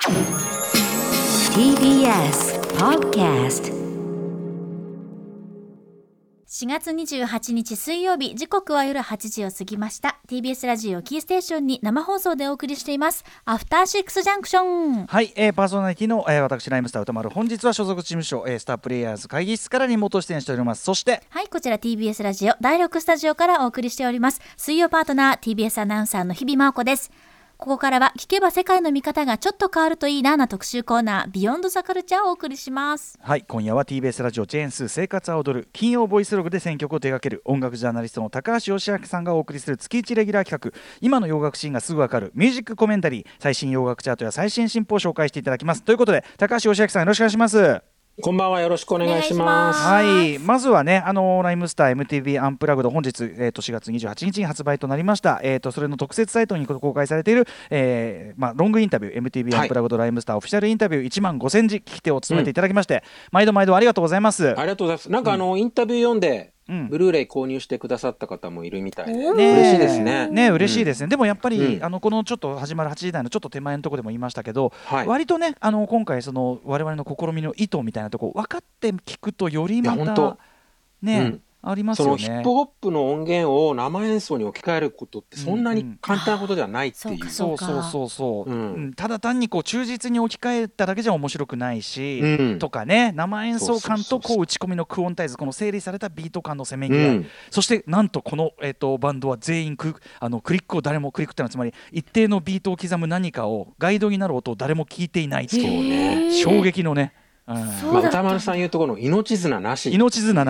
TBS Podcast。 4月28日水曜日、時刻は夜8時を過ぎました。 TBS ラジオキーステーションに生放送でお送りしていますアフターシックスジャンクション。 はい、パーソナリティの、私ライムスター歌丸、本日は所属事務所、スタープレイヤーズ会議室からリモート出演しております。そしてはい、こちら TBS ラジオ第6スタジオからお送りしております水曜パートナー TBS アナウンサーの日々真央子です。ここからは聞けば世界の見方がちょっと変わるといいな特集コーナー、ビヨンドザカルチャーをお送りします。 はい、今夜は TBS ラジオチェーンスー生活は踊る金曜ボイスログで選曲を手掛ける音楽ジャーナリストの高橋義明さんがお送りする月1レギュラー企画、今の洋楽シーンがすぐわかるミュージックコメンタリー、最新洋楽チャートや最新進歩を紹介していただきます。ということで高橋義明さん、よろしくお願いします。 こんばんは、よろしくお願いします。 はい、まずはね、ライムスター MTV アンプラグド、本日、4月28日に発売となりました。それの特設サイトに公開されている、ロングインタビュー MTV アンプラグドライムスターオフィシャルインタビュー1万5000字聞き手を務めていただきまして、毎度毎度ありがとうございます。 ありがとうございます。なんかインタビュー読んで、ブルーレイ購入してくださった方もいるみたいで、嬉しいですね。 嬉しいですね。でもやっぱり、このちょっと始まる8時台のちょっと手前のところでも言いましたけど、割とね、今回その我々の試みの意図みたいなところ分かって聞くとよりまたね、ありますよね。 そのヒップホップの音源を生演奏に置き換えることってそんなに簡単なことではないっていう。 そうただ単に忠実に置き換えただけじゃ面白くないし、とかね、生演奏感と打ち込みのクオンタイズ、この整理されたビート感のせめぎ合い、そしてなんとこの、バンドは全員クリックを誰もクリックってのはつまり一定のビートを刻む何かをガイドになる音を誰も聞いていないっていう衝撃のね、 歌丸さん言うところの命綱なし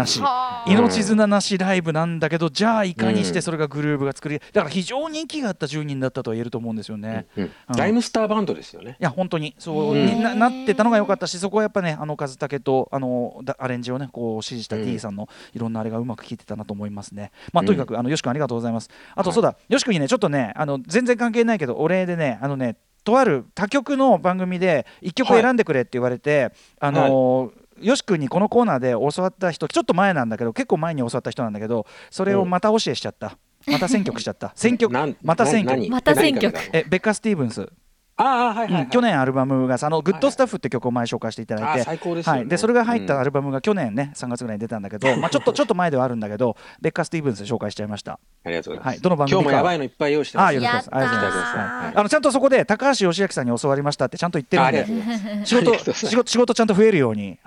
ライブなんだけど、じゃあいかにしてそれがグルーブが作り、だから非常に息があった10人だったとは言えると思うんですよね。 ライムスターバンドですよね。 いや本当にそうに なってたのが良かったし、そこはやっぱね、和武とアレンジをねこう指示した T さんのいろんなあれがうまく効いてたなと思いますね。とにかくよし君ありがとうございます。あとそうだ、よし君にねちょっとね全然関係ないけどお礼でねとある他局の番組で1曲選んでくれって言われて、よし君にこのコーナーで教わった人、ちょっと前なんだけど、結構前に教わった人なんだけど、それをまた教えしちゃった、また選曲しちゃったまた選曲ベッカ・スティーブンス、去年アルバムがグッドスタッフって曲を前紹介していただいて、 最高ですよね。 でそれが入ったアルバムが去年ね3月ぐらいに出たんだけど、ちょっと前ではあるんだけど、ベッカ・スティーブンスで紹介しちゃいました。 ありがとうございます。 どの番組か今日もやばいのいっぱい用意してます。 よろしくお願いします。ありがとうございます。ちゃんとそこで高橋義明さんに教わりましたってちゃんと言ってるんで、仕事ちゃんと増えるように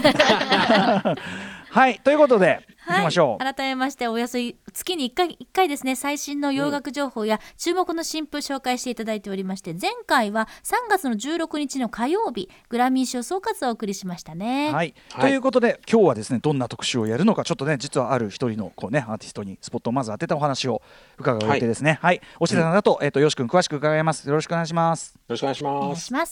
はい、ということでいきましょう。 改めまして、およそ月に1回ですね、最新の洋楽情報や注目の新譜紹介していただいておりまして、前回は3月の16日の火曜日グラミー賞総括をお送りしましたね。 ということで今日はですね、どんな特集をやるのか、ちょっとね実はある一人のアーティストにスポットをまず当てたお話を伺う予定ですね。おしらさんだと、よし君詳しく伺います。よろしくお願いします。 よろしくお願いします。 お願いします。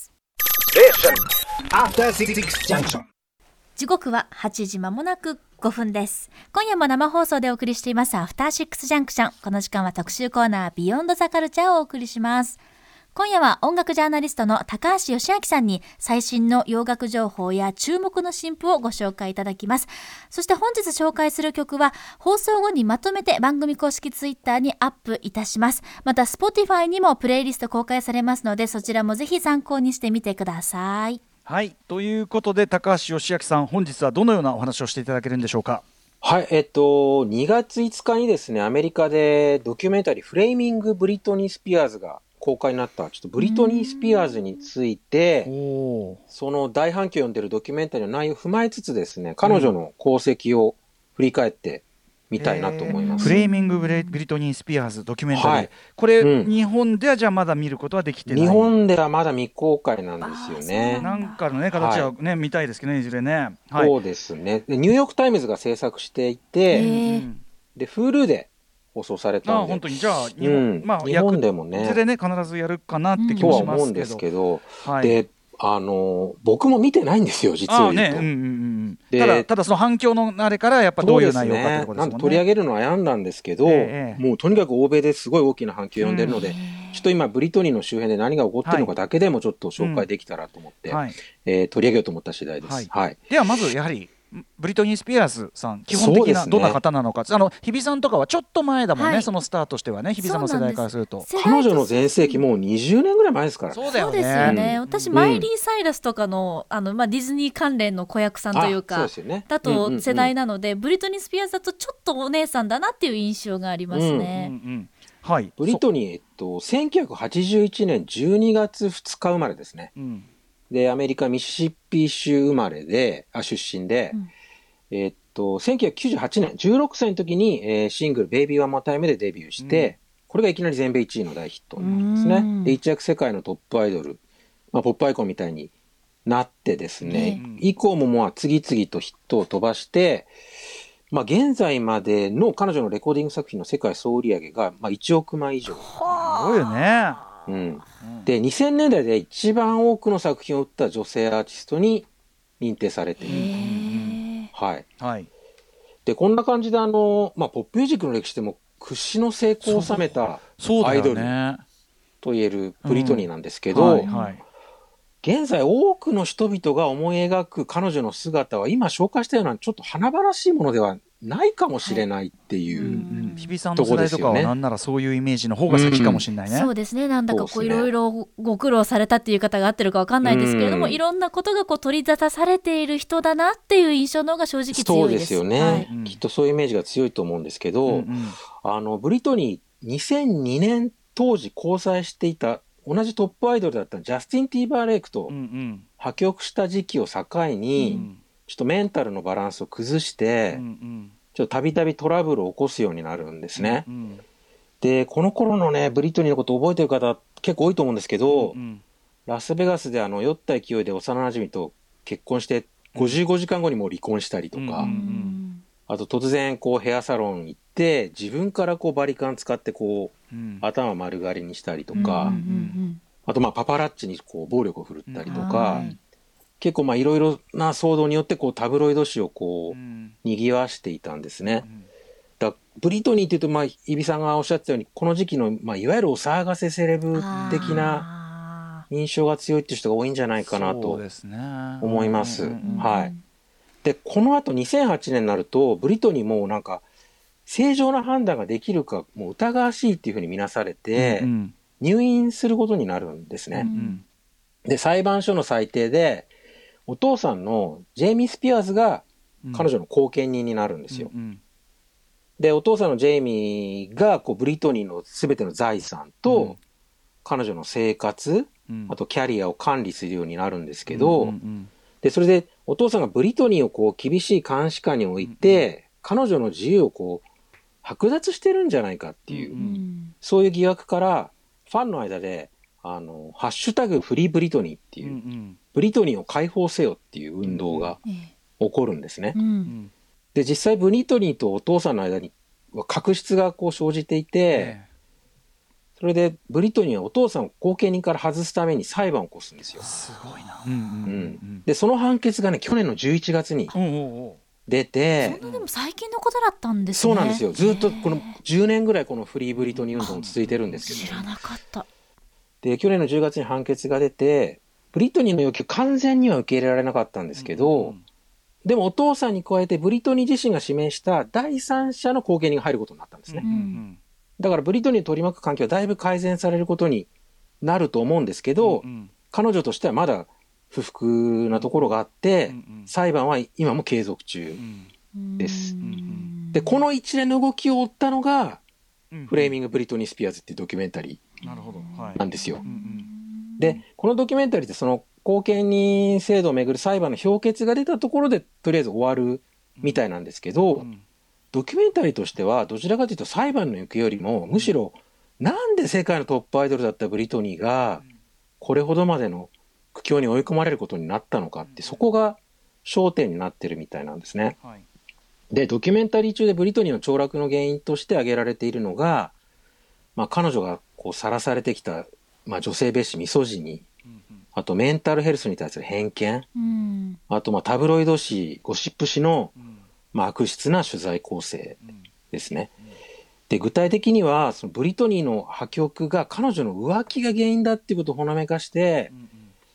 時刻は8時まもなく5分です。今夜も生放送でお送りしていますアフターシックスジャンクション。この時間は特集コーナービヨンドザカルチャーをお送りします。今夜は音楽ジャーナリストの高橋義明さんに最新の洋楽情報や注目の新譜をご紹介いただきます。そして本日紹介する曲は放送後にまとめて番組公式ツイッターにアップいたします。また Spotify にもプレイリスト公開されますので、そちらもぜひ参考にしてみてください。 ということで高橋義明さん、本日はどのようなお話をしていただけるんでしょうか。 2月5日にですね、アメリカでドキュメンタリーフレーミング・ブリトニー・スピアーズが公開になった、ちょっとブリトニー・スピアーズについて、その大反響を読んでるドキュメンタリーの内容を踏まえつつですね、彼女の功績を振り返ってみたいなと思います。 フレーミングブリトニー・スピアーズドキュメンタリー、これ、日本ではじゃあまだ見ることはできてない。 日本ではまだ未公開なんですよね。 なんかのね形はね、見たいですけどね、いずれね。 そうですね。でニューヨーク・タイムズが制作していて、で Hulu で放送されたんで、 本当にじゃあ日本でもね、 いずれね必ずやるかなって気もしますけど、 とは思うんですけど、で僕も見てないんですよ、実を言うと。 ただその反響のあれからやっぱどういう内容かってことですもんね。 なんと取り上げるのは悩んだんですけど、もうとにかく欧米ですごい大きな反響を呼んでるので、ちょっと今ブリトニーの周辺で何が起こってるのかだけでもちょっと紹介できたらと思って、取り上げようと思った次第です。 ではまずやはりブリトニー・スピアーズさん基本的などんな方なのか、日比さんとかはちょっと前だもんね、 はい、 そのスタートしてはね、日比さんの世代からすると彼女の全盛期もう20年ぐらい前ですから。 そうだよね。 そうですよね、私マイリー・サイラスとかの、ディズニー関連の子役さんというか、 そうですよね、 だと世代なので、ブリトニー・スピアーズだとちょっとお姉さんだなっていう印象がありますね。 はい、 ブリトニー、1981年12月2日生まれですね、でアメリカミシシッピ州生まれで出身で、1998年16歳の時に、シングル「ベイビー・ワン・モア・タイム」でデビューして、これがいきなり全米1位の大ヒットになるんですね。で一躍世界のトップアイドル、ポップアイコンみたいになってですね、以降も次々とヒットを飛ばして、現在までの彼女のレコーディング作品の世界総売上が1億枚以上。すごいよね。 で2000年代で一番多くの作品を売った女性アーティストに認定されている。はい、でこんな感じでポップミュージックの歴史でも屈指の成功を収めたアイドルといえるブリトニーなんですけど、現在多くの人々が思い描く彼女の姿は今紹介したようなちょっと華々しいものではないかもしれないっていう日比さんの世代とかはなんならそういうイメージの方が先かもしれないね。 そうですね、なんだかいろいろご苦労されたっていう方が合ってるか分かんないですけれども、いろんなことが取り沙汰されている人だなっていう印象の方が正直強いです。 そうですよね、きっとそういうイメージが強いと思うんですけど、ブリトニー2002年当時交際していた同じトップアイドルだったジャスティン・ティーバーレイクと破局した時期を境に、ちょっとメンタルのバランスを崩して、ちょっとたびたびトラブルを起こすようになるんですね。でこの頃のねブリトニーのことを覚えてる方結構多いと思うんですけど、ラスベガスで酔った勢いで幼なじみと結婚して55時間後にもう離婚したりとか、あと突然ヘアサロン行って自分からバリカン使って頭丸刈りにしたりとか、あとパパラッチに暴力を振るったりとか、結構いろいろな騒動によってタブロイド紙を賑わしていたんですね。だブリトニーっていうとイビさんがおっしゃってたようにこの時期のいわゆるお騒がせセレブ的な印象が強いっていう人が多いんじゃないかなと思います。でこの後2008年になるとブリトニーもなんか正常な判断ができるかもう疑わしいっていうふうに見なされて、入院することになるんですね。で裁判所の裁定でお父さんのジェイミー・スピアーズが彼女の後見人になるんですよ。でお父さんのジェイミーがブリトニーの全ての財産と、彼女の生活、あとキャリアを管理するようになるんですけど、でそれでお父さんがブリトニーを厳しい監視下に置いて、彼女の自由を剥奪してるんじゃないかっていう、そういう疑惑からファンの間でハッシュタグフリーブリトニーっていう、ブリトニーを解放せよっていう運動が起こるんですね。で実際ブリトニーとお父さんの間には確執が生じていて、それでブリトニーはお父さんを後見人から外すために裁判を起こすんですよ。 すごいな。 でその判決がね去年の11月に出て、 そんなでも最近のことだったんですね。 そうなんですよ。ずっとこの10年ぐらいこのフリーブリトニー運動も続いてるんですけど、 知らなかった。 で去年の10月に判決が出て、ブリトニーの要求完全には受け入れられなかったんですけど、でもお父さんに加えてブリトニー自身が指名した第三者の後見人が入ることになったんですね。だからブリトニーを取り巻く環境はだいぶ改善されることになると思うんですけど、彼女としてはまだ不服なところがあって、裁判は今も継続中です。でこの一連の動きを追ったのが、フレーミング・ブリトニー・スピアーズっていうドキュメンタリーなんですよ。でこのドキュメンタリーってその後見人制度をめぐる裁判の評決が出たところでとりあえず終わるみたいなんですけど、ドキュメンタリーとしてはどちらかというと裁判の行方よりもむしろなんで世界のトップアイドルだったブリトニーがこれほどまでの苦境に追い込まれることになったのかって、そこが焦点になってるみたいなんですね。でドキュメンタリー中でブリトニーの凋落の原因として挙げられているのが、彼女がさらされてきた、女性蔑視ミソジニ、あとメンタルヘルスに対する偏見、あとタブロイド紙ゴシップ紙の、悪質な取材構成ですね。で具体的にはそのブリトニーの破局が彼女の浮気が原因だっていうことをほのめかして、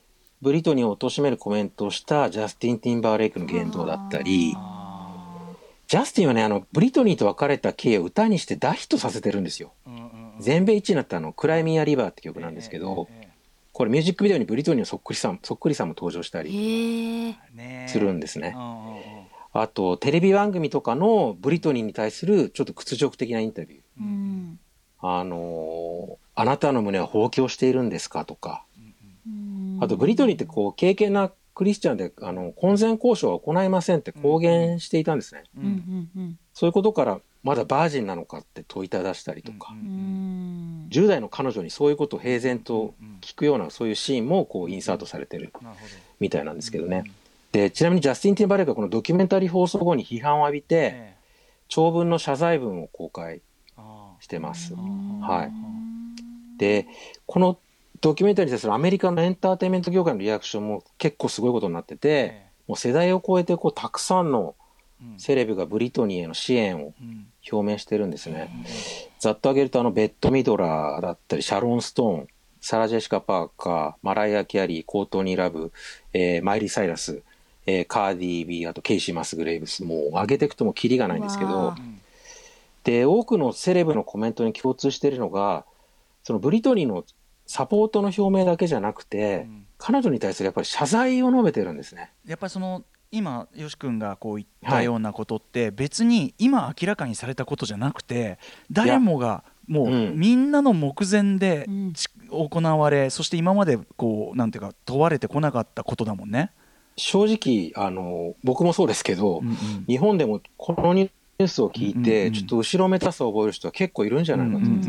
ブリトニーを貶めるコメントをしたジャスティン・ティンバーレイクの言動だったり、ジャスティンはねブリトニーと別れた経緯を歌にして大ヒットさせてるんですよ。全米1位になったクライミー・ア・リバーって曲なんですけど、これミュージックビデオにブリトニーのそっくりさんも登場したりするんですね。あとテレビ番組とかのブリトニーに対するちょっと屈辱的なインタビュー、あなたの胸は放棄をしているんですかとか、あとブリトニーってこう敬虔なクリスチャンで婚前交渉は行いませんって公言していたんですね。そういうことからまだバージンなのかって問いただしたりとか、10代の彼女にそういうことを平然と聞くようなそういうシーンもこうインサートされてるみたいなんですけどね。でちなみにジャスティン・ティンバーレイクはこのドキュメンタリー放送後に批判を浴びて長文の謝罪文を公開してます。はい、でこのドキュメンタリーに対するアメリカのエンターテインメント業界のリアクションも結構すごいことになってて、もう世代を超えてこうたくさんのセレブがブリトニーへの支援を表明してるんですね。ざっと挙げるとベッド・ミドラーだったりシャロン・ストーン、サラ・ジェシカ・パーカー、マライア・キャリー、コートニー・ラブ、マイリー・サイラス、カーディー・ビー、あとケイシー・マスグレイブス、もう挙げていくともキリがないんですけど、で多くのセレブのコメントに共通しているのがそのブリトニーのサポートの表明だけじゃなくて、彼女に対するやっぱり謝罪を述べてるんですね。 やっぱりその今よし君がこう言ったようなことって別に今明らかにされたことじゃなくて、誰もがもうみんなの目前で行われ、そして今までこうなんていうか問われてこなかったことだもんね。 正直僕もそうですけど、日本でもこのニュースを聞いてちょっと後ろめたさを覚える人は結構いるんじゃないかと思います。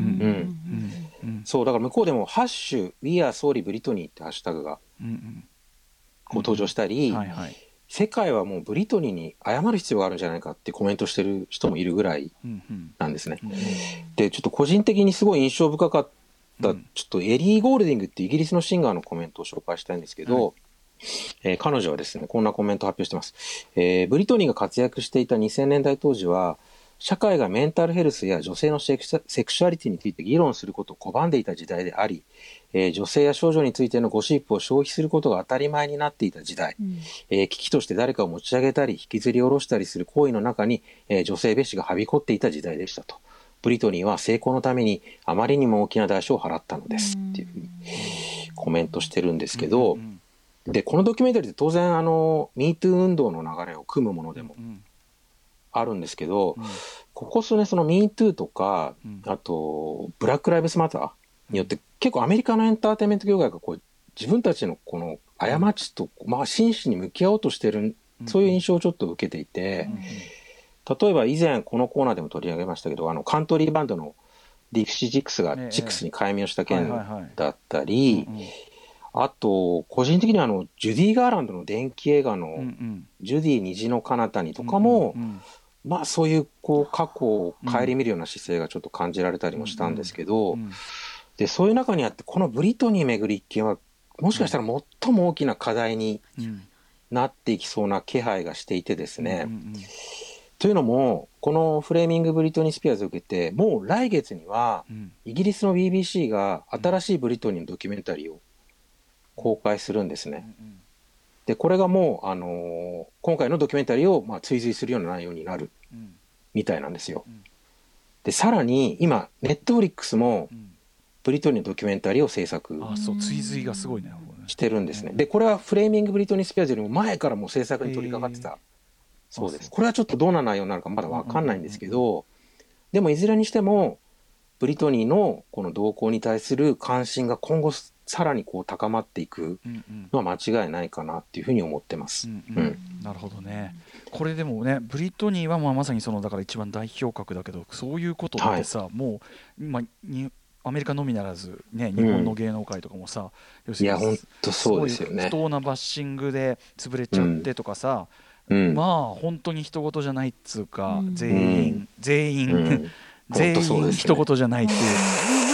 そうだから向こうでもハッシュ We are sorry ブリトニーってハッシュタグがこう登場したり、世界はもうブリトニーに謝る必要があるんじゃないかってコメントしてる人もいるぐらいなんですね。でちょっと個人的にすごい印象深かったちょっとエリー・ゴールディングってイギリスのシンガーのコメントを紹介したいんですけど、彼女はですねこんなコメントを発表してます。ブリトニーが活躍していた2000年代当時は社会がメンタルヘルスや女性のセクシュアリティについて議論することを拒んでいた時代であり、女性や少女についてのゴシップを消費することが当たり前になっていた時代、危機として誰かを持ち上げたり引きずり下ろしたりする行為の中に、女性蔑視がはびこっていた時代でしたと。ブリトニーは成功のためにあまりにも大きな代償を払ったのですっていうふうにコメントしてるんですけど、でこのドキュメンタリーって当然MeToo 運動の流れを組むものでもあるんですけど、ここ数年その MeToo とか、あとブラックライブスマターによって結構アメリカのエンターテインメント業界がこう自分たちのこの過ちと、真摯に向き合おうとしてる、そういう印象をちょっと受けていて、例えば以前このコーナーでも取り上げましたけどカントリーバンドのディクシー・ジックスがジックスに改名した件だったり、あと個人的にはジュディ・ガーランドの伝記映画のジュディ虹の彼方にとかも、そういう過去を顧みるような姿勢がちょっと感じられたりもしたんですけど、でそういう中にあってこのブリトニー巡る一件はもしかしたら最も大きな課題になっていきそうな気配がしていてですね、というのもこのフレーミング・ブリトニー・スピアーズを受けてもう来月にはイギリスの BBC が新しいブリトニーのドキュメンタリーを公開するんですね。でこれがもう、今回のドキュメンタリーを追随するような内容になるみたいなんですよ。でさらに今ネットフリックスもブリトニーのドキュメンタリーを制作追随がすごいねしてるんですね。でこれはフレーミング・ブリトニー・スピアーズよりも前からもう制作に取り掛かってたそうです。これはちょっとどんな内容になるかまだ分かんないんですけど、でもいずれにしてもブリトニーのこの動向に対する関心が今後さらに高まっていくのは間違いないかなっていうふうに思ってます。 なるほどね。これでもねブリトニーはまさにだから一番代表格だけど、そういうことってさ、もう今アメリカのみならず、日本の芸能界とかもさ、 要するに本当そうですよね。 不当なバッシングで潰れちゃってとかさ、本当に人事じゃないっつうか、全員一言じゃないっていう、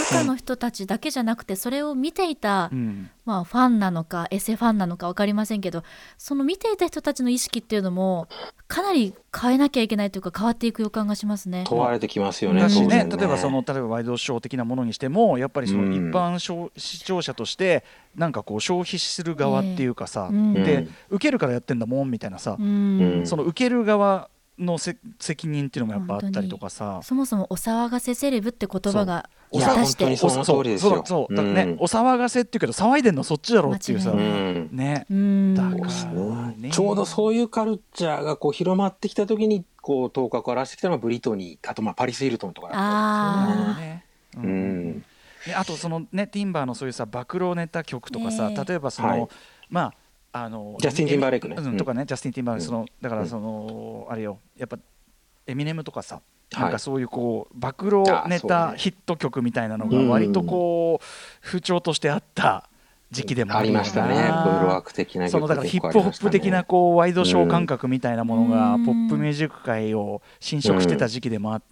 中の人たちだけじゃなくて、それを見ていた、ファンなのかエセファンなのか分かりませんけど、その見ていた人たちの意識っていうのもかなり変えなきゃいけないというか、変わっていく予感がしますね。 問われてきますよね。 だしね、例えばワイドショー的なものにしても、やっぱりその一般視聴者としてなんかこう消費する側っていうかさ、で受けるからやってんだもんみたいなさ、その受ける側の責任っていうのもやっぱあったりとかさ、 そもそもお騒がせセレブって言葉がいや本当にその通りですよ。 そうだね、お騒がせっていうけど騒いでんのそっちだろっていうさ、ね、だからね、 ちょうどそういうカルチャーがこう広まってきた時にこう頭角を現してきたのがブリトニー、あとパリス・ヒルトンとかだったんですよね。 あとそのね、ティンバーのそういうさ暴露ネタ曲とかさ、例えばその、ジャスティン・ティンバーレイクね、 とかね、ジャスティン・ティンバーレイク、そのだからその、あれよ、やっぱエミネムとかさ、なんかそういうこう暴露ネタヒット曲みたいなのが割とこう風潮としてあった時期でもありましたね。ブロワーク的な曲、 そのだからヒップホップ的なこうワイドショー感覚みたいなものがポップミュージック界を侵食してた時期でもあって、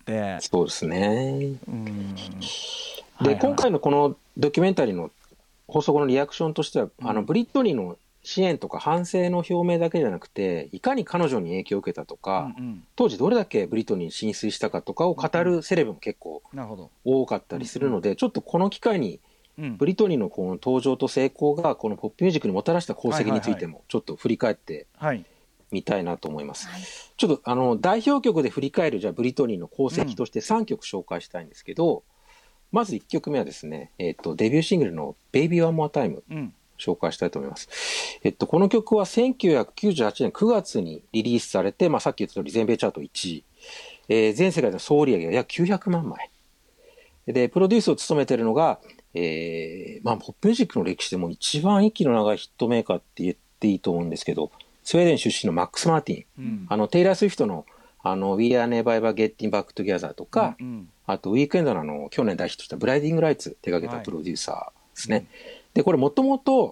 そうですね。で、今回のこのドキュメンタリーの放送後のリアクションとしては、ブリトニーの支援とか反省の表明だけじゃなくて、いかに彼女に影響を受けたとか、当時どれだけブリトニーに浸水したかとかを語るセレブも結構多かったりするので、ちょっとこの機会にブリトニーのこの登場と成功がこのポップミュージックにもたらした功績についてもちょっと振り返ってみたいなと思います。ちょっと代表曲で振り返るじゃあブリトニーの功績として3曲紹介したいんですけど、まず1曲目はですね、デビューシングルの「Baby One More Time」紹介したいと思います。この曲は1998年9月にリリースされて、さっき言った通り全米チャート1位、全世界の総売上が約900万枚で、プロデュースを務めているのが、ポップミュージックの歴史でも一番息の長いヒットメーカーって言っていいと思うんですけど、スウェーデン出身のマックス・マーティン、テイラー・スウィフトのWe Are Never Ever Getting Back Together とか、あとウィークエンドの去年大ヒットしたブライディング・ライツ手掛けたプロデューサーですね。でこれもともと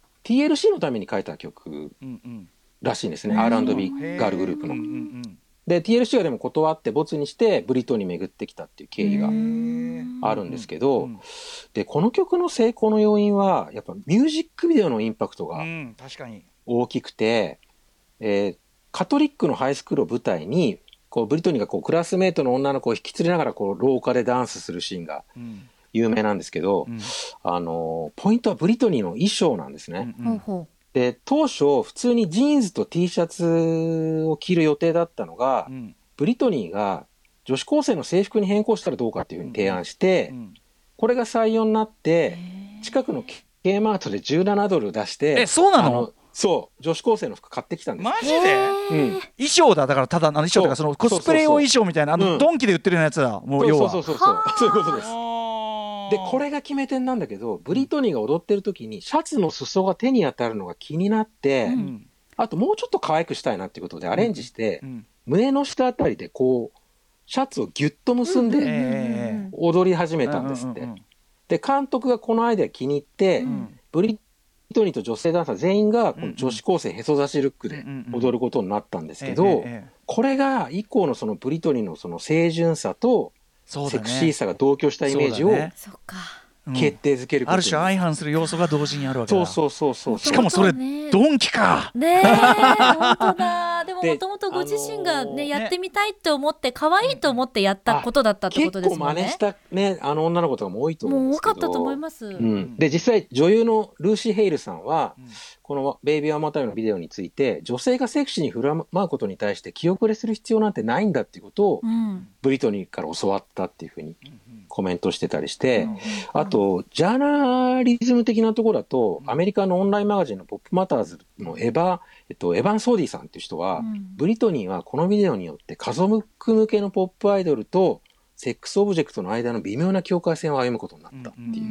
TLC のために書いた曲らしいんですね、R&B ガールグループの。で TLC がでも断ってボツにしてブリトニーに巡ってきたっていう経緯があるんですけど、でこの曲の成功の要因はやっぱミュージックビデオのインパクトが大きくて、カトリックのハイスクールを舞台にこうブリトニーがこうクラスメートの女の子を引き連れながらこう廊下でダンスするシーンが有名なんですけど、ポイントはブリトニーの衣装なんですね。で当初普通にジーンズと T シャツを着る予定だったのが、ブリトニーが女子高生の制服に変更したらどうかっていうふうに提案して、これが採用になって近くの K マートで17ドル出して、 そうなの？ そう女子高生の服買ってきたんです。 マジで？衣装だからただ衣装とかそのコスプレ用衣装みたいなドンキで売ってるようなやつだ。もう要はそういうことです。でこれが決め手なんだけど、ブリトニーが踊ってる時にシャツの裾が手に当たるのが気になって、あともうちょっと可愛くしたいなっていうことでアレンジして、胸の下あたりでこうシャツをギュッと結んで踊り始めたんですって。で監督がこのアイデア気に入って、ブリトニーと女性ダンサー全員がこの女子高生へそ出しルックで踊ることになったんですけど、これが以降のそのブリトニーのその清純さとセクシーさが同居したイメージを決定づけることに、 ある種相反する要素が同時にあるわけだ。 そうしかもそれドンキかねえ本当だ。でももともとご自身がねやってみたいって思って可愛いと思ってやったことだったってことですもんね。 結構真似したね女の子とかも多いと思うんですけど、 もう多かったと思います。 で実際女優のルーシー・ヘイルさんは、このベイビー・ワン・モア・タイムのビデオについて、女性がセクシーに振る舞うことに対して気遅れする必要なんてないんだっていうことを、ブリトニーから教わったっていうふうにコメントしてたりして、あとジャーナリズム的なところだと、アメリカのオンラインマガジンのポップマターズのエヴァン・ソーディさんっていう人は、ブリトニーはこのビデオによって家族向けのポップアイドルとセックスオブジェクトの間の微妙な境界線を歩むことになったっていう、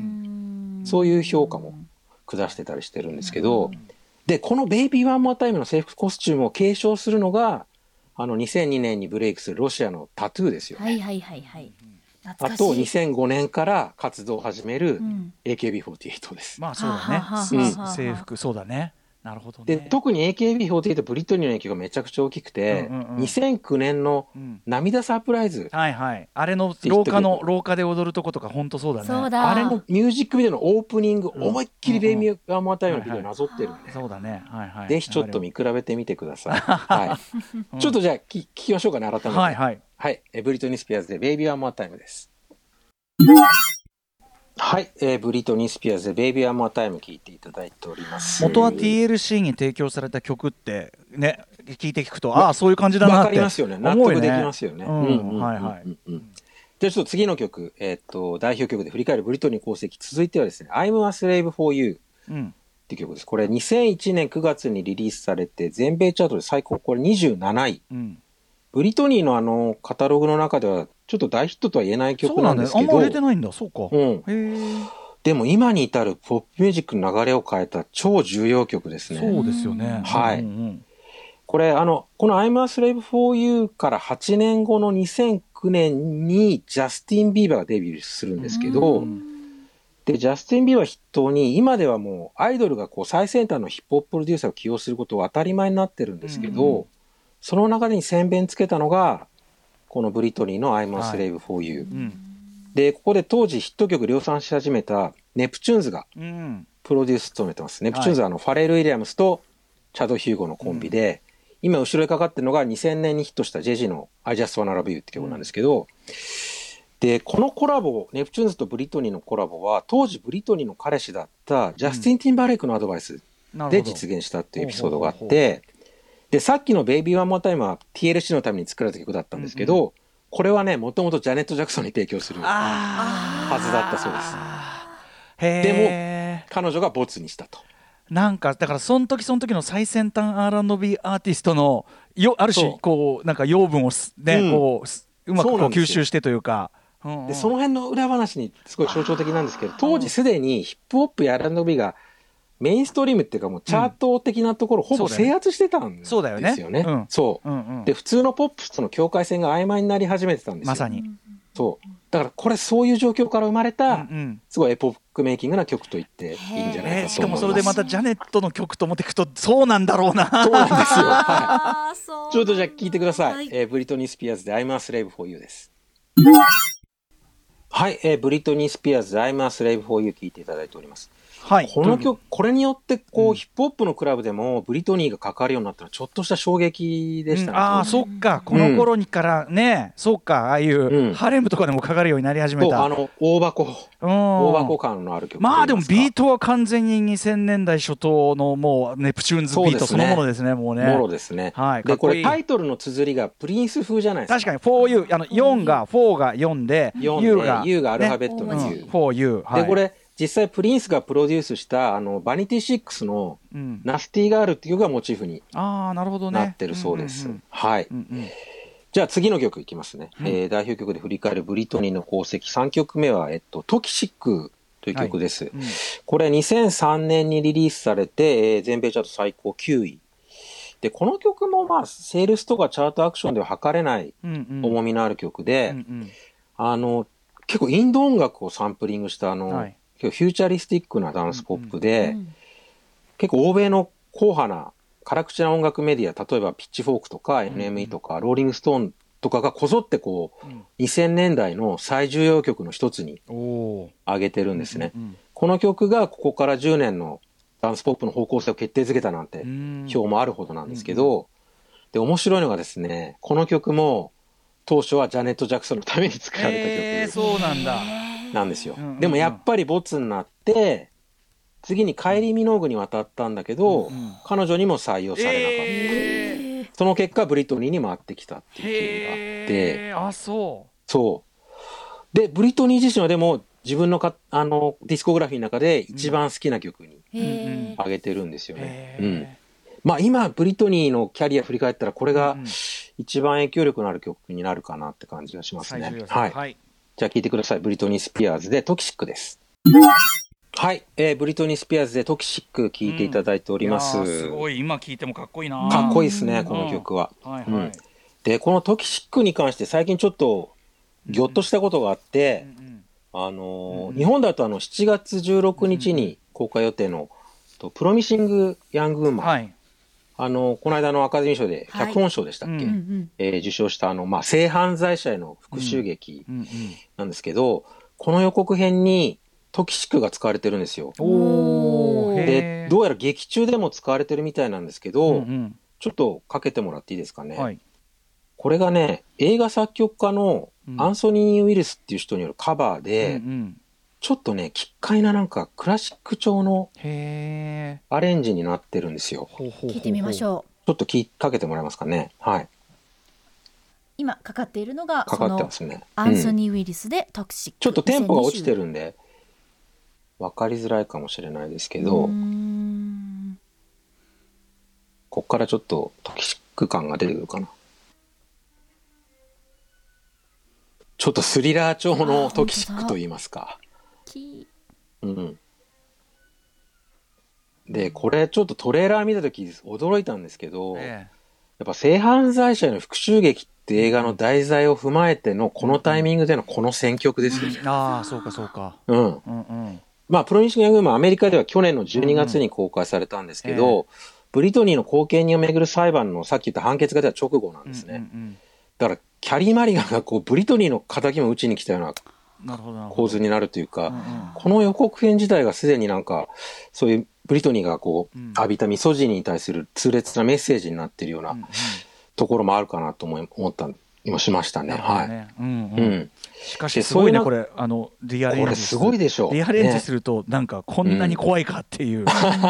そういう評価も下してたりしてるんですけど、でこのベイビーワンモアタイムの制服コスチュームを継承するのが2002年にブレイクするロシアのタトゥーですよね。あと2005年から活動を始める AKB48 です。 まあそうだね、制服そうだね。 なるほどね。 で特に AKB48 ブリトニーの影響がめちゃくちゃ大きくて、2009年の涙サプライズ、 はいはい、あれの廊下で踊るとことか本当そうだね。 そうだ、 あれのミュージックビデオのオープニング、思いっきりベイビーワンモアタイムのビデオなぞってるんで、 そうだね、はいはい、 ぜひちょっと見比べてみてください。はい、ちょっとじゃあ聞きましょうかね、改めて。 はいはい、 はい、ブリトニー・スピアーズでベイビーワンモアタイムです。はい、ブリトニー・スピアーズでベイビーワンモアタイム聞いていただいております。 元は TLC に提供された曲ってね、聞いて聞くと、ああそういう感じだなってわかりますよね。納得できますよね。 はいはい。 じゃあちょっと次の曲、代表曲で振り返るブリトニー功績、続いてはですね、I'm a Slave for You っていう曲です。これ2001年9月にリリースされて、全米チャートで最高これ27位。ブリトニーのカタログの中ではちょっと大ヒットとは言えない曲なんですけど、 あんま売れてないんだ。そうか。 でも今に至るポップミュージックの流れを変えた超重要曲ですね。 そうですよね。 はい。これこの I'm a Slave for You から8年後の2009年にジャスティン・ビーバーがデビューするんですけど、でジャスティン・ビーバー筆頭に今ではもうアイドルがこう最先端のヒップホッププロデューサーを起用することは当たり前になってるんですけど、その流れに先鞭つけたのがこのブリトニーの I'm a Slave for You、でここで当時ヒット曲量産し始めたネプチューンズがプロデュース務めてます。ネプチューンズはファレル・ウィリアムスとチャド・ヒューゴのコンビで、今後ろにかかってるのが2000年にヒットしたジェジの I Just Wanna Love You って曲なんですけど、でこのコラボ、ネプチューンズとブリトニーのコラボは当時ブリトニーの彼氏だったジャスティン・ティンバーレイクのアドバイスで実現したっていうエピソードがあって、でさっきのベイビーワンモアタイムは TLC のために作られた曲だったんですけど、これはねもともとジャネット・ジャクソンに提供するはずだったそうです。でも彼女がボツにしたと。 なんかだからその時の最先端 R&B アーティストのある種こうなんか養分をね、こううまくこう吸収してというか、 でその辺の裏話にすごい象徴的なんですけど、当時すでにヒップホップや R&B がメインストリームっていうかもうチャート的なところほぼ制圧してたんですよね。で普通のポップとの境界線が曖昧になり始めてたんですよ。 まさにそうだからこれそういう状況から生まれたすごいエポックメイキングな曲と言っていいんじゃないかと思います。 しかもそれでまたジャネットの曲と思っていくとそうなんだろうな。 そうなんですよ、はい、ちょっとじゃあ聞いてください、ブリトニー・スピアーズで I'm a Slave for You です。はい、ブリトニー・スピアーズで I'm a Slave for You 聞いていただいております。はい、この曲、これによってこう、ヒップホップのクラブでもブリトニーが関わるようになったのはちょっとした衝撃でしたね。 ああそっか、この頃にからね、そうか、ああいうハレムとかでもかかるようになり始めた、 大箱感のある曲。 まあでもビートは完全に2000年代初頭のもうネプチューンズビートそのものですね。もうね、 もろですね。はい、でこれタイトルの綴りがプリンス風じゃないですか。 確かに For You、4が4で U がアルファベットの U、 For You、 でこれ実際プリンスがプロデュースしたバニティシックスのナスティガールっていう曲がモチーフになってるそうです。はい。じゃあ次の曲いきますね。代表曲で振り返るブリトニーの功績、3曲目はトキシックという曲です。これ2003年にリリースされて、全米チャート最高9位。でこの曲もまあセールスとかチャートアクションでは測れない重みのある曲で、結構インド音楽をサンプリングしたフューチャリスティックなダンスポップで、結構欧米の硬派な辛口な音楽メディア、例えばピッチフォークとか NME とかローリングストーンとかがこぞってこう2000年代の最重要曲の一つに挙げてるんですね。この曲がここから10年のダンスポップの方向性を決定づけたなんて表もあるほどなんですけど、で面白いのがですね、この曲も当初はジャネット・ジャクソンのために作られた曲そうなんだなんですよ。でもやっぱりボツになって次にカイリー・ミノーグに渡ったんだけど、彼女にも採用されなかった。その結果ブリトニーに回ってきたっていう経緯があって、そうでブリトニー自身はでも自分のディスコグラフィーの中で一番好きな曲に挙げてるんですよね。まあ今ブリトニーのキャリア振り返ったらこれが一番影響力のある曲になるかなって感じがしますね。はい、じゃあ聴いてください。ブリトニー・スピアーズでトキシックです。はい、ブリトニー・スピアーズでトキシック聴いていただいております。 すごい今聴いてもかっこいいな。 かっこいいですね、この曲は。でこのトキシックに関して最近ちょっとギョッとしたことがあって、日本だと7月16日に公開予定のプロミシング・ヤング・ウーマン、 はい、 この間のアカデミー賞で脚本賞でしたっけ、受賞した性犯罪者への復讐劇なんですけど、この予告編にトキシックが使われてるんですよ。でどうやら劇中でも使われてるみたいなんですけど、ちょっとかけてもらっていいですかね。はい、これがね、映画作曲家のアンソニー・ウィルスっていう人によるカバーで、ちょっとね、奇怪ななんかクラシック調のアレンジになってるんですよ。 聞いてみましょう。ちょっとかけてもらえますかね。はい。 今かかっているのがかかってますね。 アンソニー・ウィルスでトキシック。 ちょっとテンポが落ちてるんで分かりづらいかもしれないですけど、こっからちょっとトキシック感が出てくるかな。ちょっとスリラー調のトキシックと言いますか。でこれちょっとトレーラー見た時驚いたんですけど、やっぱ性犯罪者への復讐劇って映画の題材を踏まえてのこのタイミングでのこの選曲ですよ。 そうかそうか。 プロミシング・ヤング・ウーマンアメリカでは去年の12月に公開されたんですけど、ブリトニーの後見人をめぐる裁判のさっき言った判決が出た直後なんですね。だからキャリー・マリガンがブリトニーの敵も打ちに来たような構図になるというか、この予告編自体がすでになんかそういうブリトニーが浴びたミソジニーに対する痛烈なメッセージになっているようなところもあるかなと思ったりもしましたね。 しかしすごいね、これリアレンジ、 これすごいでしょう。 リアレンジするとなんかこんなに怖いかっていう。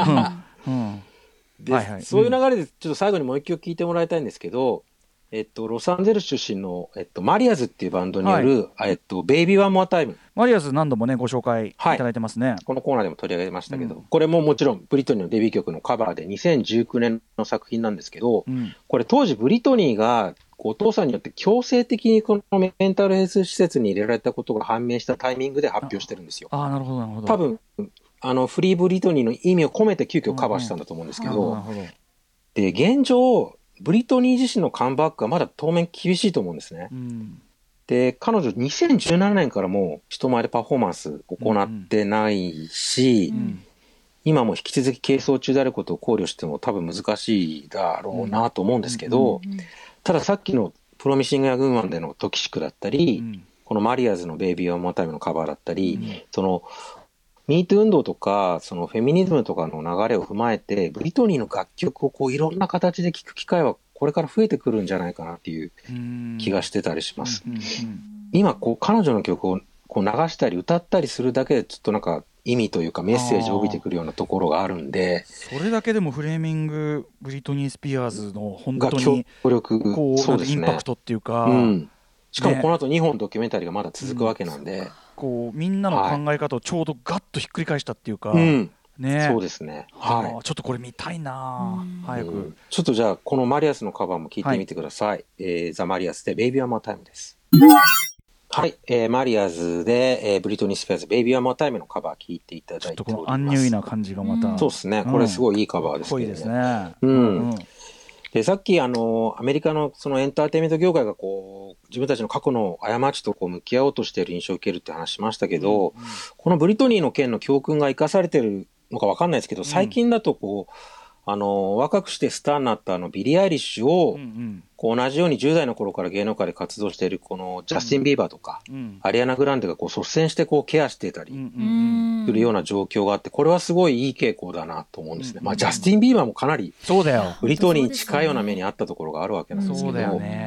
そういう流れでちょっと最後にもう一曲聴いてもらいたいんですけど、ロサンゼルス出身の、マリアズっていうバンドによる、ベイビーワンモアタイム。 マリアズ何度もねご紹介いただいてますね。 このコーナーでも取り上げましたけど、これももちろんブリトニーのデビュー曲のカバーで2019年の作品なんですけど、これ当時ブリトニーがお父さんによって強制的にこのメンタルヘルス施設に入れられたことが判明したタイミングで発表してるんですよ。 なるほどなるほど。 多分フリーブリトニーの意味を込めて急遽カバーしたんだと思うんですけど、で現状ブリトニー自身のカムバックはまだ当面厳しいと思うんですね。で彼女2017年からもう人前でパフォーマンス行ってないし、今も引き続き係争中であることを考慮しても多分難しいだろうなと思うんですけど、たださっきのプロミシング・ヤング・ウーマンでのトキシックだったり、このマリアーズのベイビー・ワン・モア・タイムのカバーだったり、そのミート運動とかそのフェミニズムとかの流れを踏まえてブリトニーの楽曲をいろんな形で聴く機会はこれから増えてくるんじゃないかなっていう気がしてたりします。今彼女の曲を流したり歌ったりするだけでちょっとなんか意味というかメッセージを帯びてくるようなところがあるんで、 それだけでもフレーミング・ブリトニー・スピアーズの本当に強力、 そうですね、インパクトっていうか、 しかもこの後2本ドキュメンタリーがまだ続くわけなんで、 みんなの考え方をちょうどガッとひっくり返したっていうか、 そうですね。 ちょっとこれ見たいな、早く。 ちょっとじゃあこのマリアスのカバーも聞いてみてください。ザ・マリアスでベイビー・ワン・モア・タイムです。はい、マリアーズで、ブリトニー・スピアーズベイビー・ワン・モア・タイムのカバー聞いていただいております。 ちょっとこのアンニュイな感じがまた、 そうですね、これすごいいいカバーですけどね。 かっこいいですね。 でさっきアメリカのそのエンターテインメント業界が自分たちの過去の過ちと向き合おうとしている印象を受けるって話しましたけど、このブリトニーの件の教訓が生かされてるのか分かんないですけど、最近だと若くしてスターになったビリー・アイリッシュを、同じように10代の頃から芸能界で活動しているこのジャスティン・ビーバーとか、アリアナ・グランデが率先してケアしていたりするような状況があって、これはすごいいい傾向だなと思うんですね。ジャスティン・ビーバーもかなりブリトニーに近いような目にあったところがあるわけなんですけど、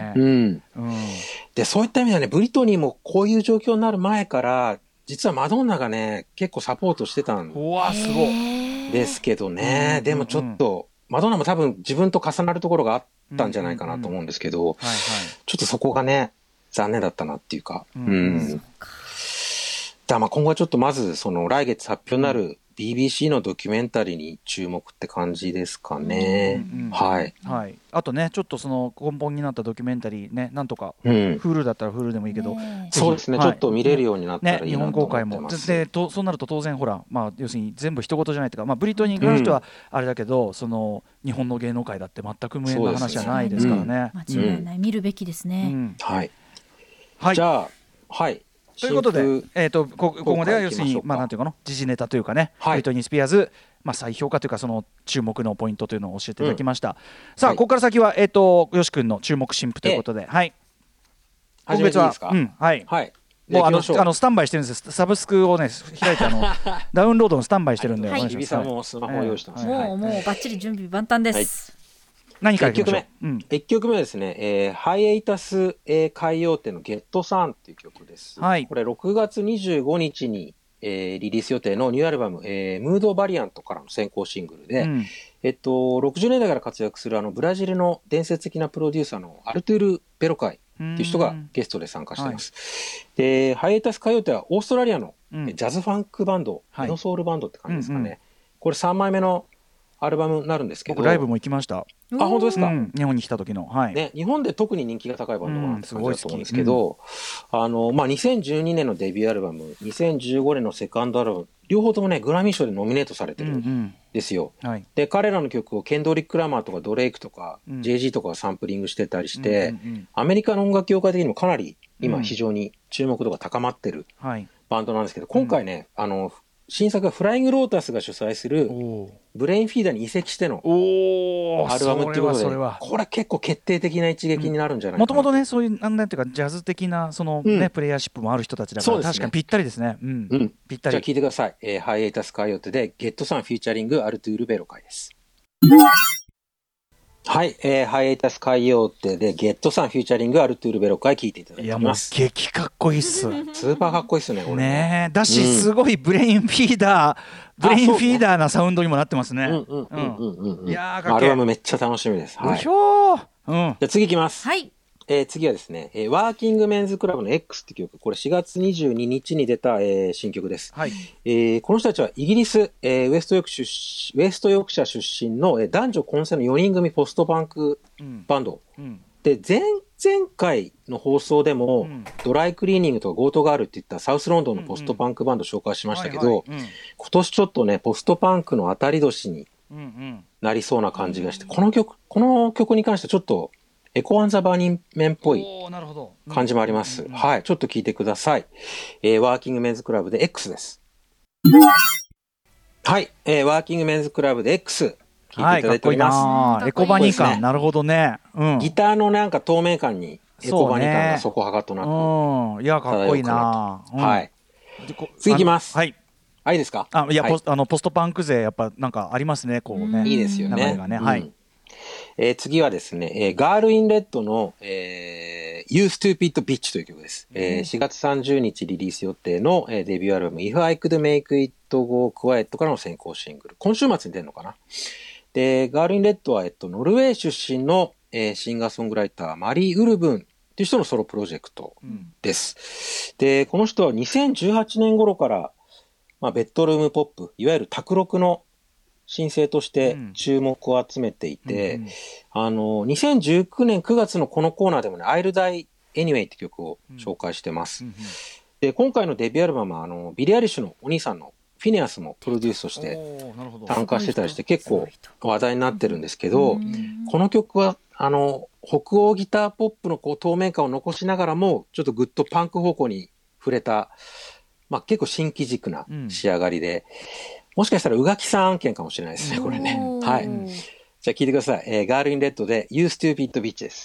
でそういった意味ではね、ブリトニーもこういう状況になる前から実はマドンナがね結構サポートしてたんですけどね、でもちょっとマドンナも多分自分と重なるところがあったんじゃないかなと思うんですけど、ちょっとそこがね残念だったなっていうか、だ今後はちょっとまずその来月発表になる BBC のドキュメンタリーに注目って感じですかね。 あとねちょっとその根本になったドキュメンタリーね、なんとか Hulu だったら Hulu でもいいけど、 そうですね、ちょっと見れるようになったらいいなと思ってます。 でそうなると当然ほら、要するに全部一言じゃないというか、ブリトニーに関してはあれだけど、その日本の芸能界だって全く無縁な話じゃないですからね。 間違いない、見るべきですね。 じゃあということで、ここでは要するになんていうかな、時事ネタというかね、ブリトニー・スピアーズ再評価というかその注目のポイントというのを教えていただきました。さあ、ここから先はよし君の注目新譜ということで、はい、今月ははい、もうスタンバイしてるんです。サブスクをね開いてダウンロードのスタンバイしてるんで、 はい、日比さんもスマホを用意してます。 もうバッチリ準備万端です。 何からいきましょう。 1曲目はですね、ハイエイタス海洋店のゲットサンっていう曲です。はい、これ6月25日に、リリース予定のニューアルバム、ムードバリアントからの先行シングルで、60年代から活躍するブラジルの伝説的なプロデューサーのアルトゥール・ベロカイっていう人がゲストで参加しています。で、ハイエイタス海洋店はオーストラリアのジャズファンクバンド、ネオソウルバンドって感じですかね。これ3枚目のアルバムになるんですけど、 僕ライブも行きました。 本当ですか。 日本に来た時の、 ね、日本で特に人気が高いバンドがすごい好きですけど、2012年のデビューアルバム、2015年のセカンドアルバム、両方ともねグラミー賞でノミネートされてるんですよ。で、彼らの曲をケンドリック・ラマーとかドレイクとか、JG とかがサンプリングしてたりして、アメリカの音楽業界的にもかなり今非常に注目度が高まってるバンドなんですけど、今回ね、新作はフライングロータスが主催するブレインフィーダーに移籍してのアルバムっていうことで、これ結構決定的な一撃になるんじゃないかな。 もともとね、そういうなんていうかジャズ的なそのねプレイヤーシップもある人たちだから確かにぴったりですね。ぴったり。 じゃあ聞いてください。ハイエイタスカイオテでゲットサンフィーチャリングアルトゥールベロカイです。はい、ハイエイタス海洋テでゲットサンフューチャリングアルトゥールベロカイ聞いていただきます。 いやもう激かっこいいっす。 スーパーかっこいいっすねこれね。だしすごいブレインフィーダーなサウンドにもなってますね。 いやアルバムめっちゃ楽しみです。はい。じゃあ次いきます。 はい。 次はですね、ワーキングメンズクラブの X って曲、これ4月22日に出た、新曲です。はい。この人たちはイギリス、ウェストヨークシャ出身の、男女混成の4人組ポストパンクバンド。で、前回の放送でも、ドライクリーニングとかゴートガールっていったサウスロンドンのポストパンクバンド紹介しましたけど、今年ちょっとね、ポストパンクの当たり年になりそうな感じがして、この曲に関してはちょっと、エコアンザバーニンメンっぽい感じもあります。はい。ちょっと聞いてください。ワーキングメンズクラブで X です。はい。ワーキングメンズクラブで X。聞いていただいております。 エコバニ感、なるほどね。 ギターのなんか透明感にエコバニ感がそこはかとなく。 いや、かっこいいな。 はい。次いきます。はい。いいですか。 いや、ポストパンク勢やっぱなんかありますね。こうね。 いいですよね。 はい。 次はですね、ガールインレッドの、You Stupid Bitch という曲です。4月30日リリース予定の、デビューアルバム If I Could Make It Go Quiet からの先行シングル。今週末に出るのかな。で、ガールインレッドは、ノルウェー出身の、シンガーソングライターマリー・ウルブンっていう人のソロプロジェクトです。で、この人は2018年頃から、ベッドルームポップ、いわゆる卓録の新星として注目を集めていて、2019年9月のこのコーナーでもね、I'll Die Anyway って曲を紹介してます。で、今回のデビューアルバムは、ビリー・アイリッシュのお兄さんのフィネアスもプロデュースとして参加してたりして結構話題になってるんですけど、この曲は、北欧ギターポップのこう透明感を残しながらも、ちょっとグッとパンク方向に触れた、結構新機軸な仕上がりで、もしかしたら宇垣さん案件かもしれないですね、これね。はい。じゃあ聞いてください。ガールインレッドで You Stupid Bitch です。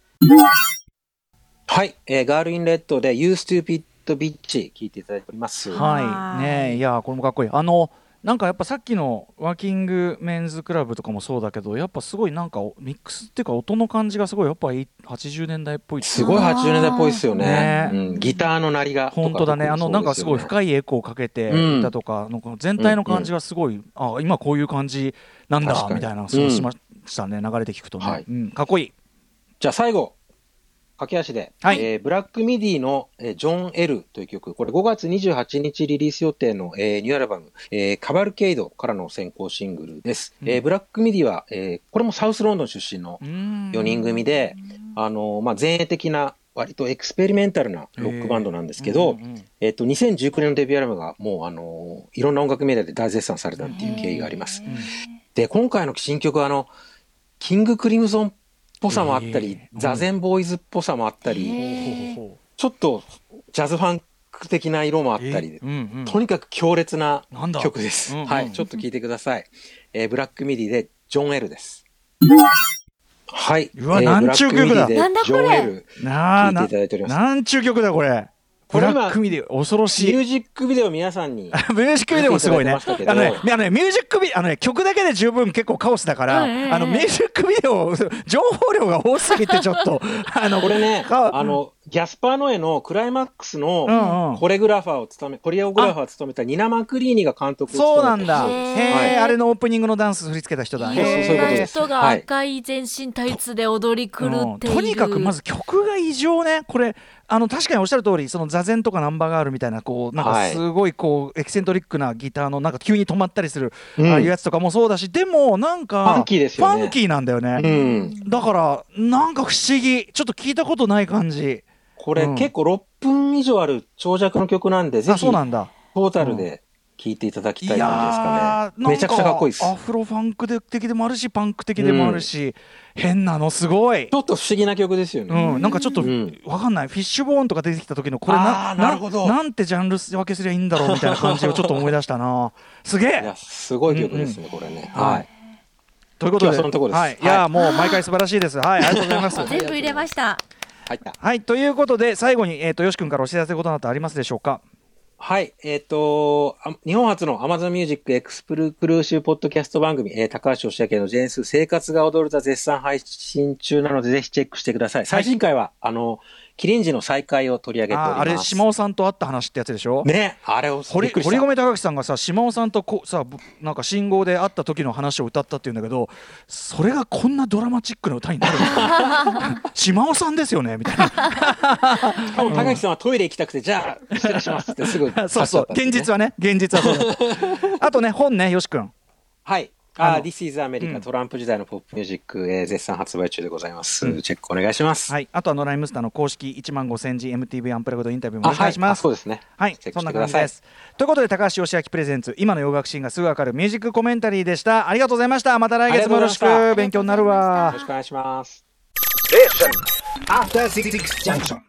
はい。ガールインレッドで You Stupid Bitch 聞いていただいております。 はい。ねえ、いや、これもかっこいい。なんかやっぱさっきのワーキングメンズクラブとかもそうだけど、やっぱすごいなんかミックスっていうか音の感じがすごいやっぱり80年代っぽい。 すごい80年代っぽいですよね。ギターの鳴りが本当だね。なんかすごい深いエコーをかけていたとか、なんか全体の感じがすごい、今こういう感じなんだみたいなそうしましたね。流れて聞くとね、かっこいい。 じゃあ最後。駆け足で、ブラックミディの、ジョン L という曲、これ5月28日リリース予定の、ニューアルバム、カバルケイドからの先行シングルです。ブラックミディは、これもサウスロンドン出身の4人組で、前衛的な割とエクスペリメンタルなロックバンドなんですけど、2019年のデビューアルバムがもういろんな音楽メディアで大絶賛されたっていう経緯があります。で、今回の新曲はキングクリムゾンっぽさもあったり、ザゼンボーイズっぽさもあったり、ちょっとジャズファンク的な色もあったりで、とにかく強烈な曲です。はい、ちょっと聞いてください。ブラックミディでジョン・エルです。はい。 うわ、なんちゅう曲だ。 なんだこれ。 聴いていただいております。 なんちゅう曲だこれ。ブラックミディ恐ろしい。 ミュージックビデオ皆さんにミュージックビデオもすごいね。ミュージックビデオ曲だけで十分結構カオスだから、ミュージックビデオ情報量が多すぎてちょっとこれね、ギャスパーノエのクライマックスのコレオグラファーを務めたニナ・マクリーニが監督を務めた。 そうなんだ。へえ、あれのオープニングのダンス振り付けた人だ。 そういうことです。 人が赤い全身タイツで踊り狂っている。 とにかくまず曲が異常ね。これ確かにおっしゃる通り、その座禅とかナンバーガールみたいななんかすごいエキセントリックなギターのなんか急に止まったりするああいうやつとかもそうだし、でもなんかファンキーですよね。 ファンキーなんだよね。だからなんか不思議、ちょっと聞いたことない感じ。 これ結構6分以上ある長尺の曲なんで、ぜひトータルで聴いていただきたい感じですかね。めちゃくちゃかっこいいです。 アフロファンク的でもあるし、パンク的でもあるし、変なのすごい。 ちょっと不思議な曲ですよね。 なんかちょっとわかんない。フィッシュボーンとか出てきた時のこれなんてジャンル分けすりゃいいんだろうみたいな感じをちょっと思い出したな。すげえ。 いや、すごい曲ですねこれね。はい。 ということで、いやもう毎回素晴らしいです。はい、ありがとうございます。 全部入れました。 はい、ということで最後によし君からお知らせことなどありますでしょうか。 はい、日本初の Amazon Music エクスクルーシブポッドキャスト番組、高橋義明のジェーンス生活が踊る座絶賛配信中なのでぜひチェックしてください。最新回はキリンジの再会を取り上げております。 あれ島尾さんと会った話ってやつでしょね。あれを堀米貴樹さんがさ島尾さんとなんか信号で会った時の話を歌ったっていうんだけど、それがこんなドラマチックな歌になる島尾さんですよねみたいな。 高木さんはトイレ行きたくてじゃあ失礼しますってすぐそう現実はそうだあとね本ねよし君。 はい。This is America、トランプ時代のポップミュージック、絶賛発売中でございます。チェックお願いします。 はい。あとライムスターの公式15000字 MTV アンプラグドインタビューもお願いします。 そうですね。 はい。そんな感じです。ということで高橋義明プレゼンツ今の洋楽シーンがすぐわかるミュージックコメンタリーでした。ありがとうございました。また来月もよろしく。勉強になるわ。 よろしくお願いします。